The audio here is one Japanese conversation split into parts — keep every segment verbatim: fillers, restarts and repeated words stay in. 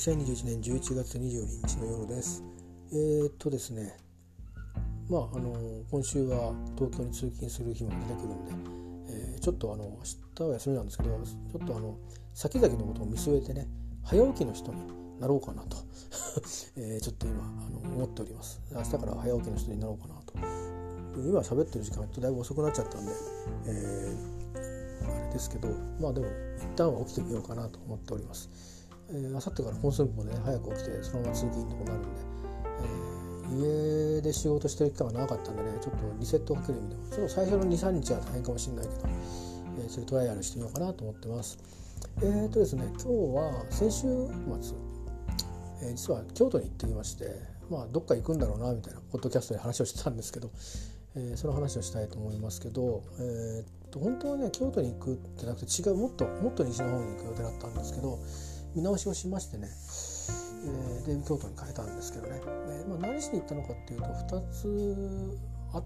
せんにじゅういちねんじゅういちがつにじゅうににちの夜です。えー、っとですねまああの今週は東京に通勤する日も出てくるんで、えー、ちょっとあの明日は休みなんですけど、ちょっとあの先々のことを見据えてね、早起きの人になろうかなと、えー、ちょっと今あの思っております。明日から早起きの人になろうかなと。今喋ってる時間がだいぶ遅くなっちゃったんで、えー、あれですけど、まあでも一旦は起きてみようかなと思っております。えー、明後日から本寸法で、ね、早く起きてそのまま通勤とかなるんで、えー、家で仕事してる期間が長かったんでね、ちょっとリセットをかける意味でもちょっと最初の にさんにちは大変かもしれないけど、えー、それトライアルしてみようかなと思ってます。えーとですね今日は先週末、えー、実は京都に行ってきまして、まあどっか行くんだろうなみたいなポッドキャストで話をしてたんですけど、えー、その話をしたいと思いますけど、えー、と本当はね京都に行くってなくて違うもっともっと西の方に行く予定だったんですけど、見直しをしましてね、えー、で京都に変えたんですけどね、えーまあ、何しに行ったのかっていうとふたつあって、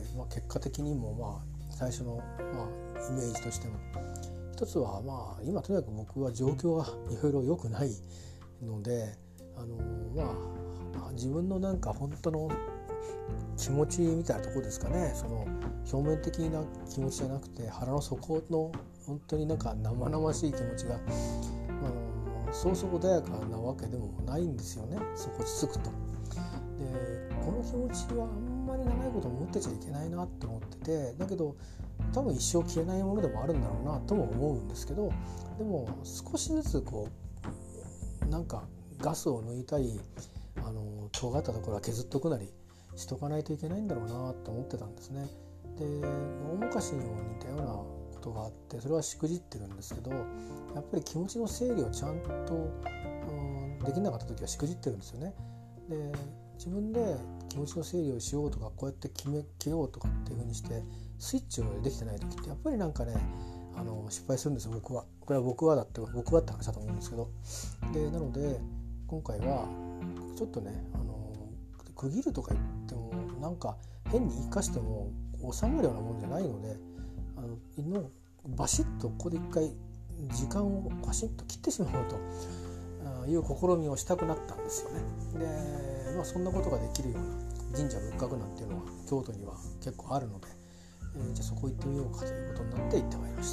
まあ、結果的にもまあ最初の、まあ、イメージとしても一つは、まあ今とにかく僕は状況がいろいろ良くないので、あのー、まあ、まあ自分のなんか本当の気持ちみたいなところですかね、その表面的な気持ちじゃなくて腹の底の本当になんか生々しい気持ちが、あのそうそう穏やかなわけでもないんですよね、そこつくと。でこの気持ちはあんまり長いこと持ってちゃいけないなって思ってて、だけど多分一生消えないものでもあるんだろうなとも思うんですけど、でも少しずつこうなんかガスを抜いたり、あの尖ったところは削っとくなりしとかないといけないんだろうなと思ってたんですね。で大昔にも似たようなことがあって、それはしくじってるんですけど、やっぱり気持ちの整理をちゃんと、うん、できなかった時はしくじってるんですよね。で自分で気持ちの整理をしようとか、こうやって決めきようとかっていう風にしてスイッチをできてない時ってやっぱりなんかね、あの失敗するんですよ、僕は。これは僕はだって僕はって話だと思うんですけど、でなので今回はちょっとね、あの区切るとか言ってもなんか変に生かしても収まるようなもんじゃないので、あのバシッとここで一回時間をバシッと切ってしまおうという試みをしたくなったんですよね。で、まあ、そんなことができるような神社仏閣なんていうのは京都には結構あるので、えー、じゃあそこ行ってみようかということになって行ってまいりました。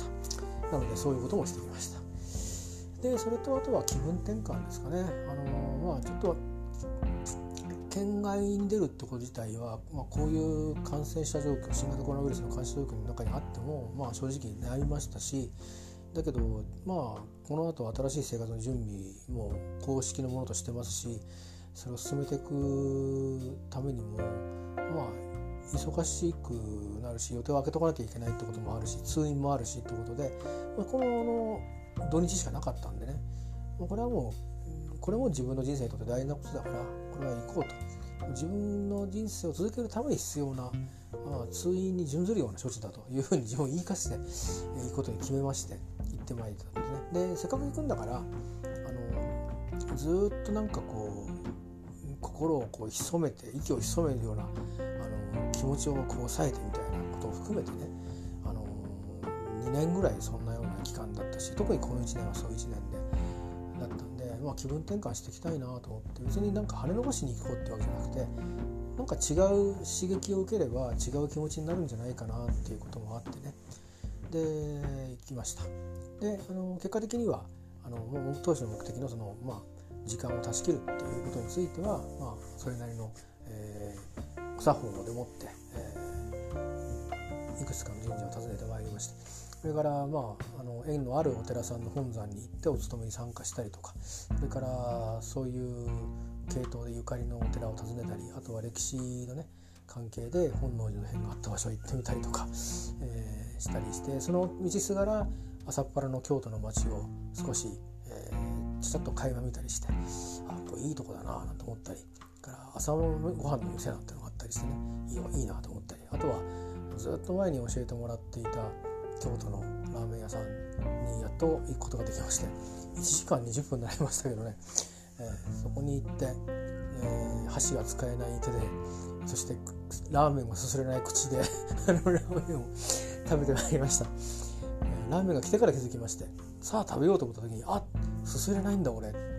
なのでそういうこともしてきました。でそれとあとは気分転換ですかね。あのー、まあちょっと県外に出るってこと自体は、まあ、こういう感染者状況、新型コロナウイルスの感染状況の中にあっても、まあ、正直悩みましたし、だけど、まあ、この後新しい生活の準備も公式のものとしてますし、それを進めていくためにも、まあ、忙しくなるし、予定を空けとかなきゃいけないってこともあるし、通院もあるしってことで、まあ、この土日しかなかったんでね、これはもうこれも自分の人生にとって大事なことだから、これは行こうと。自分の人生を続けるために必要な、まあ、通院に準ずるような処置だというふうに自分を言い聞かせて行くことに決めまして行ってまいったんですね。でせっかく行くんだから、あのずっとなんかこう心をこう潜めて息を潜めるようなあの気持ちをこう抑えてみたいなことを含めてね、あのにねんぐらいそんなような期間だったし、特にこのいちねんはそういういちねんでだったんで、まあ、気分転換していきたいなと思って、別になんか跳ね伸ばしに行こうってわけじゃなくて、なんか違う刺激を受ければ違う気持ちになるんじゃないかなっていうこともあってね、で行きました。であの結果的にはあの当初の目的のその、まあ、時間を断ち切るっていうことについては、まあ、それなりの、えー、お作法でもって、えー、いくつかの神社を訪ねてまいりまして、それから、まあ、あの縁のあるお寺さんの本山に行ってお勤めに参加したりとか、それからそういう系統でゆかりのお寺を訪ねたり、あとは歴史のね関係で本能寺の変があった場所に行ってみたりとか、えー、したりして、その道すがら朝っぱらの京都の街を少し、えー、ちょっと垣間見たりして、あこれいいとこだななんて思ったり、から朝のご飯の店なんてのがあったりしてね、いい、いいなと思ったり、あとはずっと前に教えてもらっていた京都のラーメン屋さんにやっと行くことができまして、いちじかんにじゅっぷんになりましたけどね、えー、そこに行って、えー、箸が使えない手で、そしてラーメンがすすれない口であのラーメンを食べてまいりました。えー、ラーメンが来てから気づきまして、さあ食べようと思った時に、あすすれないんだ俺、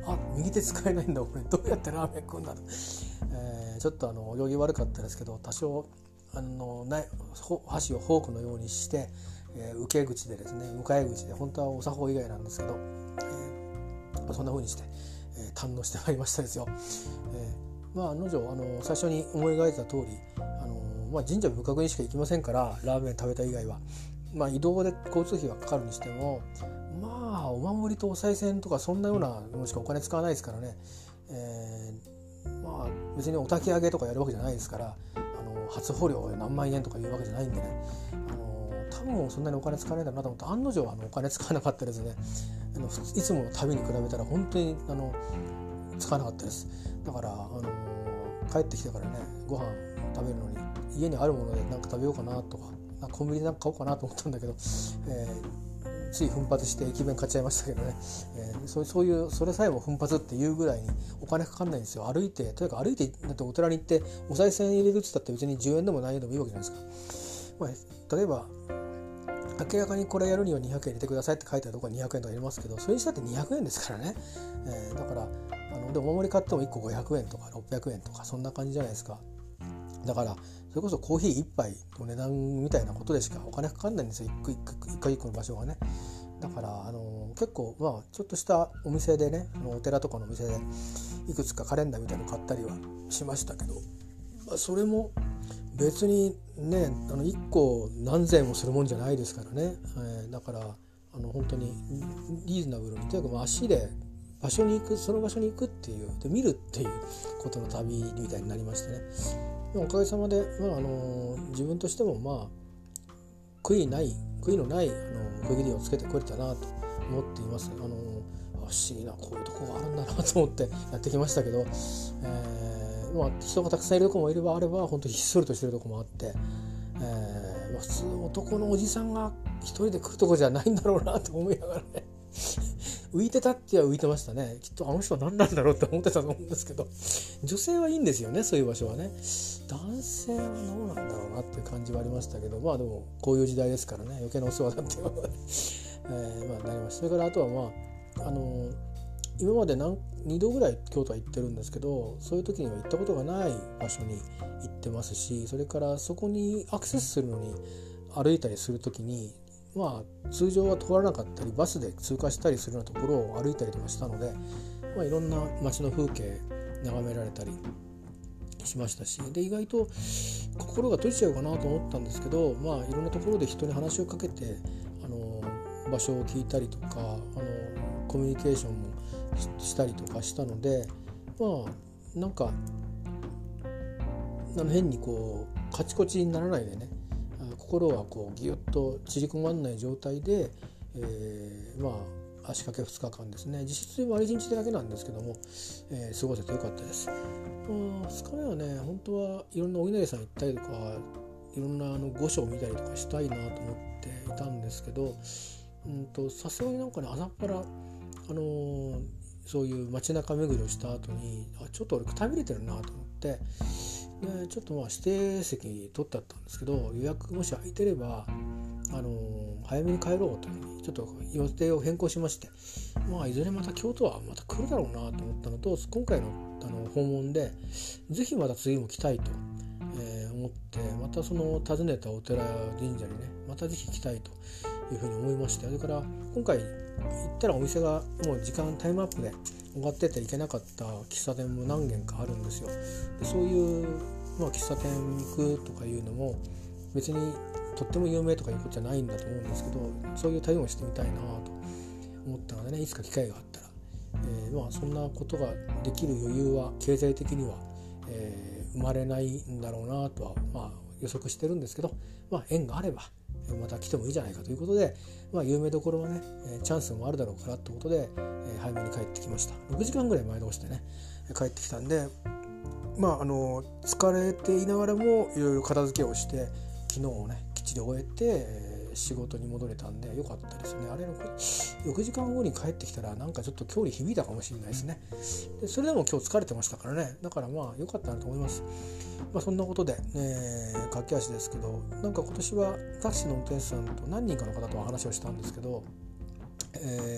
あ右手使えないんだ俺どうやってラーメン食うんだと、えー、ちょっとあの泳ぎ悪かったですけど多少あのない箸をフォークのようにして、えー、受け口でですね迎え口で本当はお作法以外なんですけど、えー、そんな風にして、えー、堪能してまいりましたですよ。えー、まあの定あの最初に思い描いた通りあの、まあ、神社仏閣にしか行きませんからラーメン食べた以外は、まあ、移動で交通費はかかるにしてもまあお守りとお賽銭とかそんなようなのしかお金使わないですからね、えー、まあ別にお焚き上げとかやるわけじゃないですからあの初穂料何万円とかいうわけじゃないんでねあの多分そんなにお金使わないんだろうなと思って案の定あのお金使わなかったですね。あのいつもの旅に比べたら本当にあの使わなかったです。だからあの帰ってきてからねご飯食べるのに家にあるもので何か食べようかなとかコンビニで何か買おうかなと思ったんだけど、えー、つい奮発して駅弁買っちゃいましたけどね、えー、そう、そういうそれさえも奮発っていうぐらいにお金かかんないんですよ。歩いてとにかく歩いてだってお寺に行ってお賽銭入れるって言ったって別にじゅうえんでも何円でもいいわけじゃないですか。まあ、例えば明らかにこれやるにはにひゃくえん入れてくださいって書いてあるところはにひゃくえんとか入れますけどそれにしたってにひゃくえんですからね、えー、だからあのでお守り買ってもいっこごひゃくえんとかろっぴゃくえんとかそんな感じじゃないですか。だからそれこそコーヒーいっぱいの値段みたいなことでしかお金かかんないんですよ一個一個一個一個の場所がね。だからあの結構まあちょっとしたお店でねお寺とかのお店でいくつかカレンダーみたいなの買ったりはしましたけど、まあ、それも別にねあのいっこ何千もするもんじゃないですからね、えー、だからあの本当にリーズナブルにとにかく足で場所に行くその場所に行くっていうで見るっていうことの旅みたいになりましてね。おかげさまで、まああの自分としてもまあ悔いない悔いのないあの区切りをつけてくれたなと思っています。あの不思議なこういうとこがあるんだなと思ってやってきましたけど、えーまあ、人がたくさんいるとこもいればあれば本当にひっそりとしてるとこもあって、えーまあ、普通男のおじさんが一人で来るとこじゃないんだろうなと思いながらね浮いてたっては浮いてましたね。きっとあの人は何なんだろうって思ってたと思うんですけど女性はいいんですよねそういう場所はね。男性はどうなんだろうなっていう感じはありましたけどまあでもこういう時代ですからね余計なお世話だっていうことで、えー、まあなりました。それからあとはまああのー、今まで何にどぐらい京都は行ってるんですけどそういう時には行ったことがない場所に行ってますしそれからそこにアクセスするのに歩いたりする時にまあ通常は通らなかったりバスで通過したりするようなところを歩いたりとかしたので、まあ、いろんな街の風景眺められたりしましたしで意外と心が閉じちゃうかなと思ったんですけどまあいろんなところで人に話をかけてあの場所を聞いたりとかあのコミュニケーションも し, したりとかしたのでまあなんかあの変にこうカチコチにならないでね心はこうギュッと縮こまんない状態で、えー、まあ足掛けふつかかんですね実質割りいちにちだけなんですけども、えー、過ごせてよかったです。ふつかめはね本当はいろんなお稲荷さん行ったりとかいろんなあの御所を見たりとかしたいなと思っていたんですけどさすがになんかね朝っぱら、あのー、そういう街中巡りをした後にあちょっと俺くたびれてるなと思ってでちょっとまあ指定席取ってあったんですけど予約もし空いてれば、あのー、早めに帰ろうというふうにちょっと予定を変更しましてまあいずれまた京都はまた来るだろうなと思ったのと今回の、あの訪問でぜひまた次も来たいと、えー、思ってまたその訪ねたお寺神社にねまたぜひ来たいというふうに思いましてそれから今回行ったらお店がもう時間タイムアップで終わってて行けなかった喫茶店も何軒かあるんですよ。でそういう、まあ、喫茶店に行くとかいうのも別にとっても有名とかいうことじゃないんだと思うんですけどそういう対応をしてみたいなと思ったのでねいつか機会があったら、えーまあ、そんなことができる余裕は経済的には、えー、生まれないんだろうなとは、まあ、予測してるんですけど、まあ、縁があればまた来てもいいじゃないかということで、まあ、有名どころはねチャンスもあるだろうからということで早めに帰ってきました。ろくじかんぐらい前倒してね帰ってきたんでまああの疲れていながらもいろいろ片付けをして昨日をねきっちり終えて仕事に戻れたんでよかったですね。あれろくじかんごに帰ってきたらなんかちょっと今日に響いたかもしれないですね。でそれでも今日疲れてましたからねだからまあ良かったなと思います。まあ、そんなことで、えー、駆け足ですけどなんか今年はタクシーの運転手さんと何人かの方とお話をしたんですけど、えー、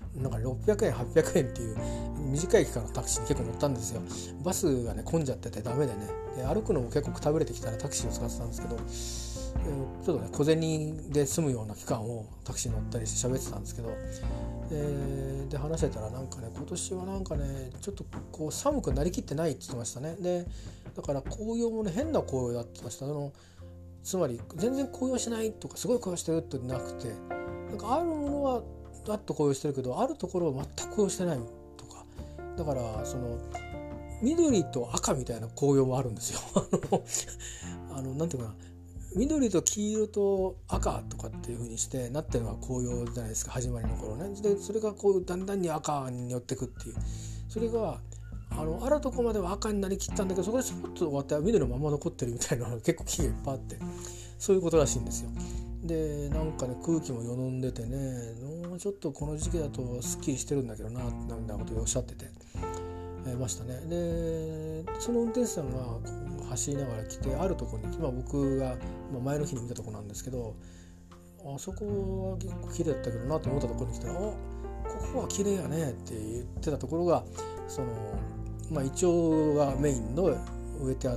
なんかろっぴゃくえんはっぴゃくえんっていう短い期間のタクシーに結構乗ったんですよ。バスがね混んじゃっててダメでね、で歩くのも結構くたぶれてきたらタクシーを使ってたんですけど、えー、ちょっとね小銭で済むような期間をタクシー乗ったりして喋ってたんですけど、えー、で話してたらなんかね今年はなんかねちょっとこう寒くなりきってないって言ってましたね。でだから紅葉もね変な紅葉だって言ってました。あのつまり全然紅葉しないとかすごい紅葉してるってなくて、なんかあるものはだっと紅葉してるけどあるところは全く紅葉してないとか、だからその緑と赤みたいな紅葉もあるんですよ。あのなんていうかな、緑と黄色と赤とかっていう風にしてなってるのが紅葉じゃないですか、始まりの頃ね。でそれがこうだんだんに赤に寄ってくっていう、それがあのあるとこまでは赤になりきったんだけど、そこでスポッと終わって緑のまま残ってるみたいなのが結構木がいっぱいあって、そういうことらしいんですよ。でなんかね空気もよどんでてね、もうちょっとこの時期だとすっきりしてるんだけどななんてことをおっしゃってて、えー、ましたね。でその運転手さんがこう走りながら来て、あるところに、まあ、僕が前の日に見たところなんですけど、あそこは結構綺麗だったけどなと思ったところに来たら、あここは綺麗やねって言ってたところが、そのまあイチョウがメインの植えてあって、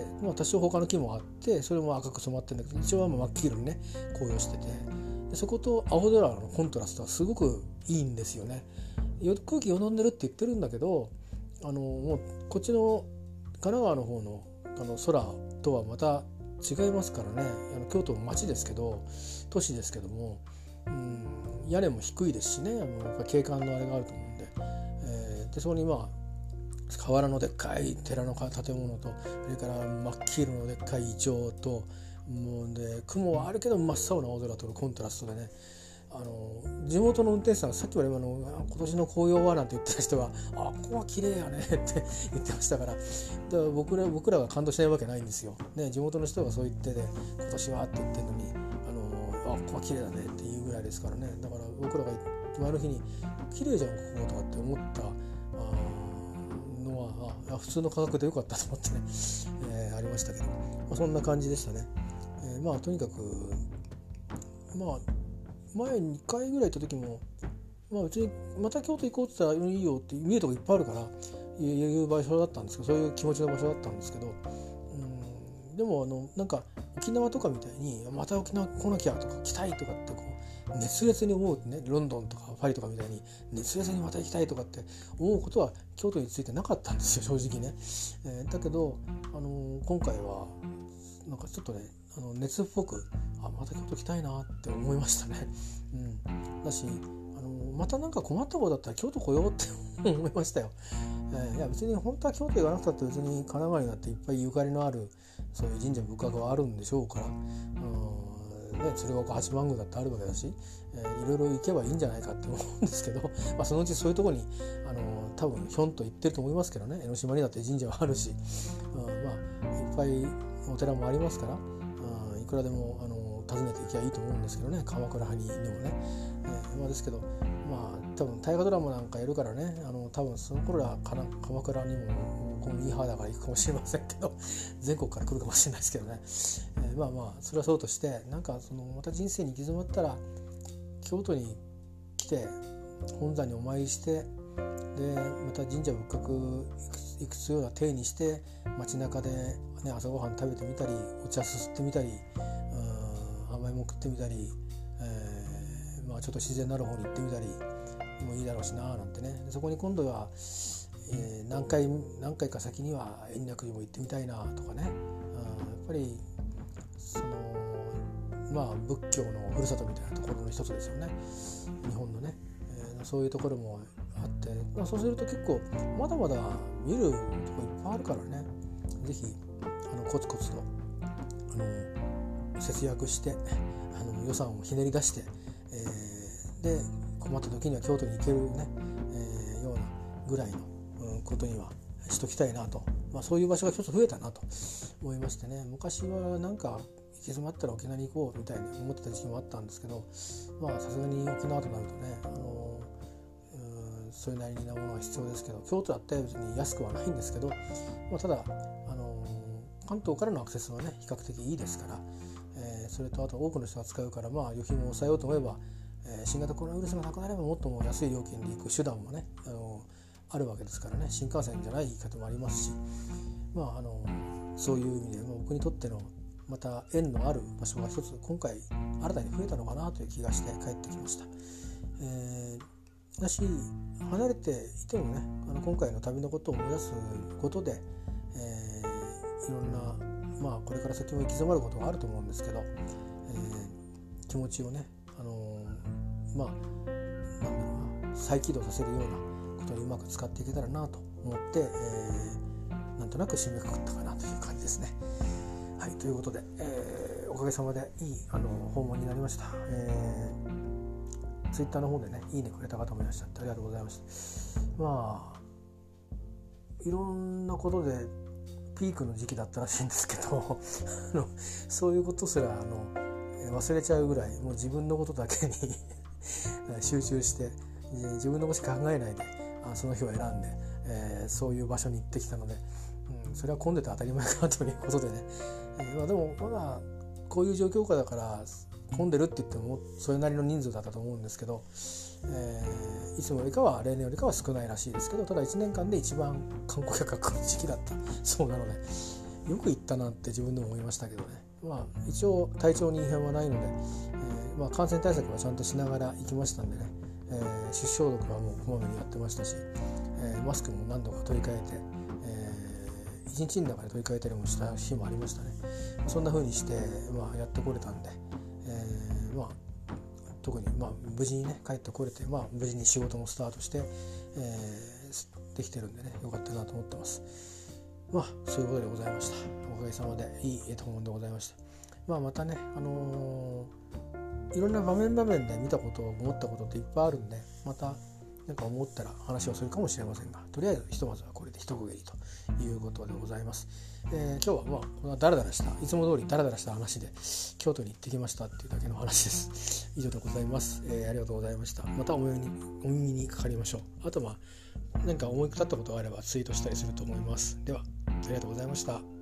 まあ、多少他の木もあって、それも赤く染まってるんだけど、イチョウは真っ黄色にね紅葉してて、でそこと青空のコントラストはすごくいいんですよね。空気よどんでるって言ってるんだけど、あのもうこっちの神奈川の方のあの空とはまた違いますからね。あの京都も町ですけど、都市ですけども、うん、屋根も低いですしね、もうやっぱ景観のあれがあると思うんで、えー、でそこにまあ河原のでっかい寺の建物と、それから真っ黄色のでっかいイチョウと、もうで雲はあるけど真っ青な青空とのコントラストでね、あの地元の運転手さんがさっきまで今の今年の紅葉はなんて言ってた人は、あここは綺麗やねって言ってましたから、だから僕ら僕らが感動しないわけないんですよ、ね、地元の人がそう言ってて今年はって言ってるのに、あのあここは綺麗だねっていうぐらいですからね。だから僕らが前の日に綺麗じゃんこことかって思ったのは、あ普通の価格でよかったと思ってね、えー、ありましたけど、まあ、そんな感じでしたね。えー、まあとにかくまあ前にかいぐらい行った時も、まあ別にまた京都行こうって言ったらいいよって見えるとこいっぱいあるからいう場所だったんですけど、そういう気持ちの場所だったんですけど、うんでもあのなんか沖縄とかみたいにまた沖縄来なきゃとか来たいとかってこう熱烈に思うね、ロンドンとかパリとかみたいに熱烈にまた行きたいとかって思うことは京都についてなかったんですよ正直ね。えー、だけど、あのー、今回はなんかちょっとねあの熱っぽく、あまた京都来たいなって思いましたね。うん、だし、あのまたなんか困ったことだったら京都来ようって思いましたよ。えー、いや別に本当は京都行かなくたって別に神奈川になっていっぱいゆかりのあるそういう神社仏閣はあるんでしょうから、うんね、鶴岡八幡宮だってあるわけだし、えー、いろいろ行けばいいんじゃないかって思うんですけど、まあ、そのうちそういうところにあの多分ひょんと行ってると思いますけどね。江ノ島にだって神社はあるし、うんまあ、いっぱいお寺もありますから、いくらでもあの訪ねていきゃいいと思うんですけどね、鎌倉にでもね、えーまあ、ですけどまあ多分大河ドラマなんかやるからね、あの多分その頃は鎌倉にもこのミーハーだから行くかもしれませんけど全国から来るかもしれないですけどね、えー、まあまあそれはそうとして、なんかそのまた人生に行き詰まったら京都に来て本山にお参りして、でまた神社仏閣いくつような体にして街中で、ね、朝ごはん食べてみたりお茶すすってみたり、うん甘いもん食ってみたり、えーまあ、ちょっと自然なる方に行ってみたりもいいだろうしななんてね。そこに今度は、えー、何回何回か先には延暦寺も行ってみたいなとかね、うん、やっぱりそのまあ仏教のふるさとみたいなところの一つですよね、日本のね、えー、そういうところもあって、まあ、そうすると結構まだまだ見るとこいっぱいあるからね、ぜひあのコツコツとあの節約してあの予算をひねり出して、えー、で困った時には京都に行けるね、えー、ようなぐらいの、うん、ことにはしときたいなと、まあ、そういう場所が一つ増えたなと思いましてね。昔はなんか行き詰まったら沖縄に行こうみたいに思ってた時期もあったんですけど、まあさすがに沖縄となるとね、あのそれなりなものが必要ですけど、京都だって別に安くはないんですけど、まあ、ただ、あのー、関東からのアクセスはね比較的いいですから、えー、それとあと多くの人が使うから、まあ旅費も抑えようと思えば、 えー、新型コロナウイルスがなくなればもっとも安い料金で行く手段もねあのあるわけですからね、新幹線じゃない言い方もありますし、まああのそういう意味でもう僕にとってのまた縁のある場所が一つ今回新たに増えたのかなという気がして帰ってきました。えー、だし離れていてもねあの今回の旅のことを思い出すことで、えー、いろんな、まあ、これから先も行き詰まることがあると思うんですけど、えー、気持ちをね、あのー、まあなんだろうな再起動させるようなことにうまく使っていけたらなと思って、えー、なんとなく締めくくったかなという感じですね。はい、ということで、えー、おかげさまでいいあの訪問になりました。えー、ツイッターの方でねいいねくれた方もいらっしゃってありがとうございました。まあいろんなことでピークの時期だったらしいんですけどあのそういうことすらあの忘れちゃうぐらいもう自分のことだけに集中して自分のことしか考えないでその日を選んで、えー、そういう場所に行ってきたので、うん、それは混んでて当たり前かなということでね、えーまあ、でもまだこういう状況下だから混んでるって言ってもそれなりの人数だったと思うんですけど、えー、いつもよりかは例年よりかは少ないらしいですけど、ただいちねんかんで一番観光客が来る時期だったそうなのでよく行ったなって自分でも思いましたけどね。まあ一応体調に異変はないので、えーまあ、感染対策はちゃんとしながら行きましたんでね、えー、手指消毒はもうこまめにやってましたし、えー、マスクも何度か取り替えて、えー、いちにちの中で取り替えたりもした日もありましたね。そんな風にして、まあ、やってこれたんで、えーまあ、特に、まあ、無事にね帰ってこれて、まあ、無事に仕事もスタートして、えー、できてるんでねよかったなと思ってます。まあそういうことでございました。おかげさまでいい訪問でございました。まあまたね、あのー、いろんな場面場面で見たことを思ったことっていっぱいあるんで、またなんか思ったら話をするかもしれませんが、とりあえずひとまずはこれで一区切りということでございます。えー、今日はまあこのダラダラしたいつも通りダラダラした話で京都に行ってきましたっていうだけの話です。以上でございます。えー、ありがとうございました。またお耳にお耳にかかりましょう。あとまあ何か思い立ったことがあればツイートしたりすると思います。ではありがとうございました。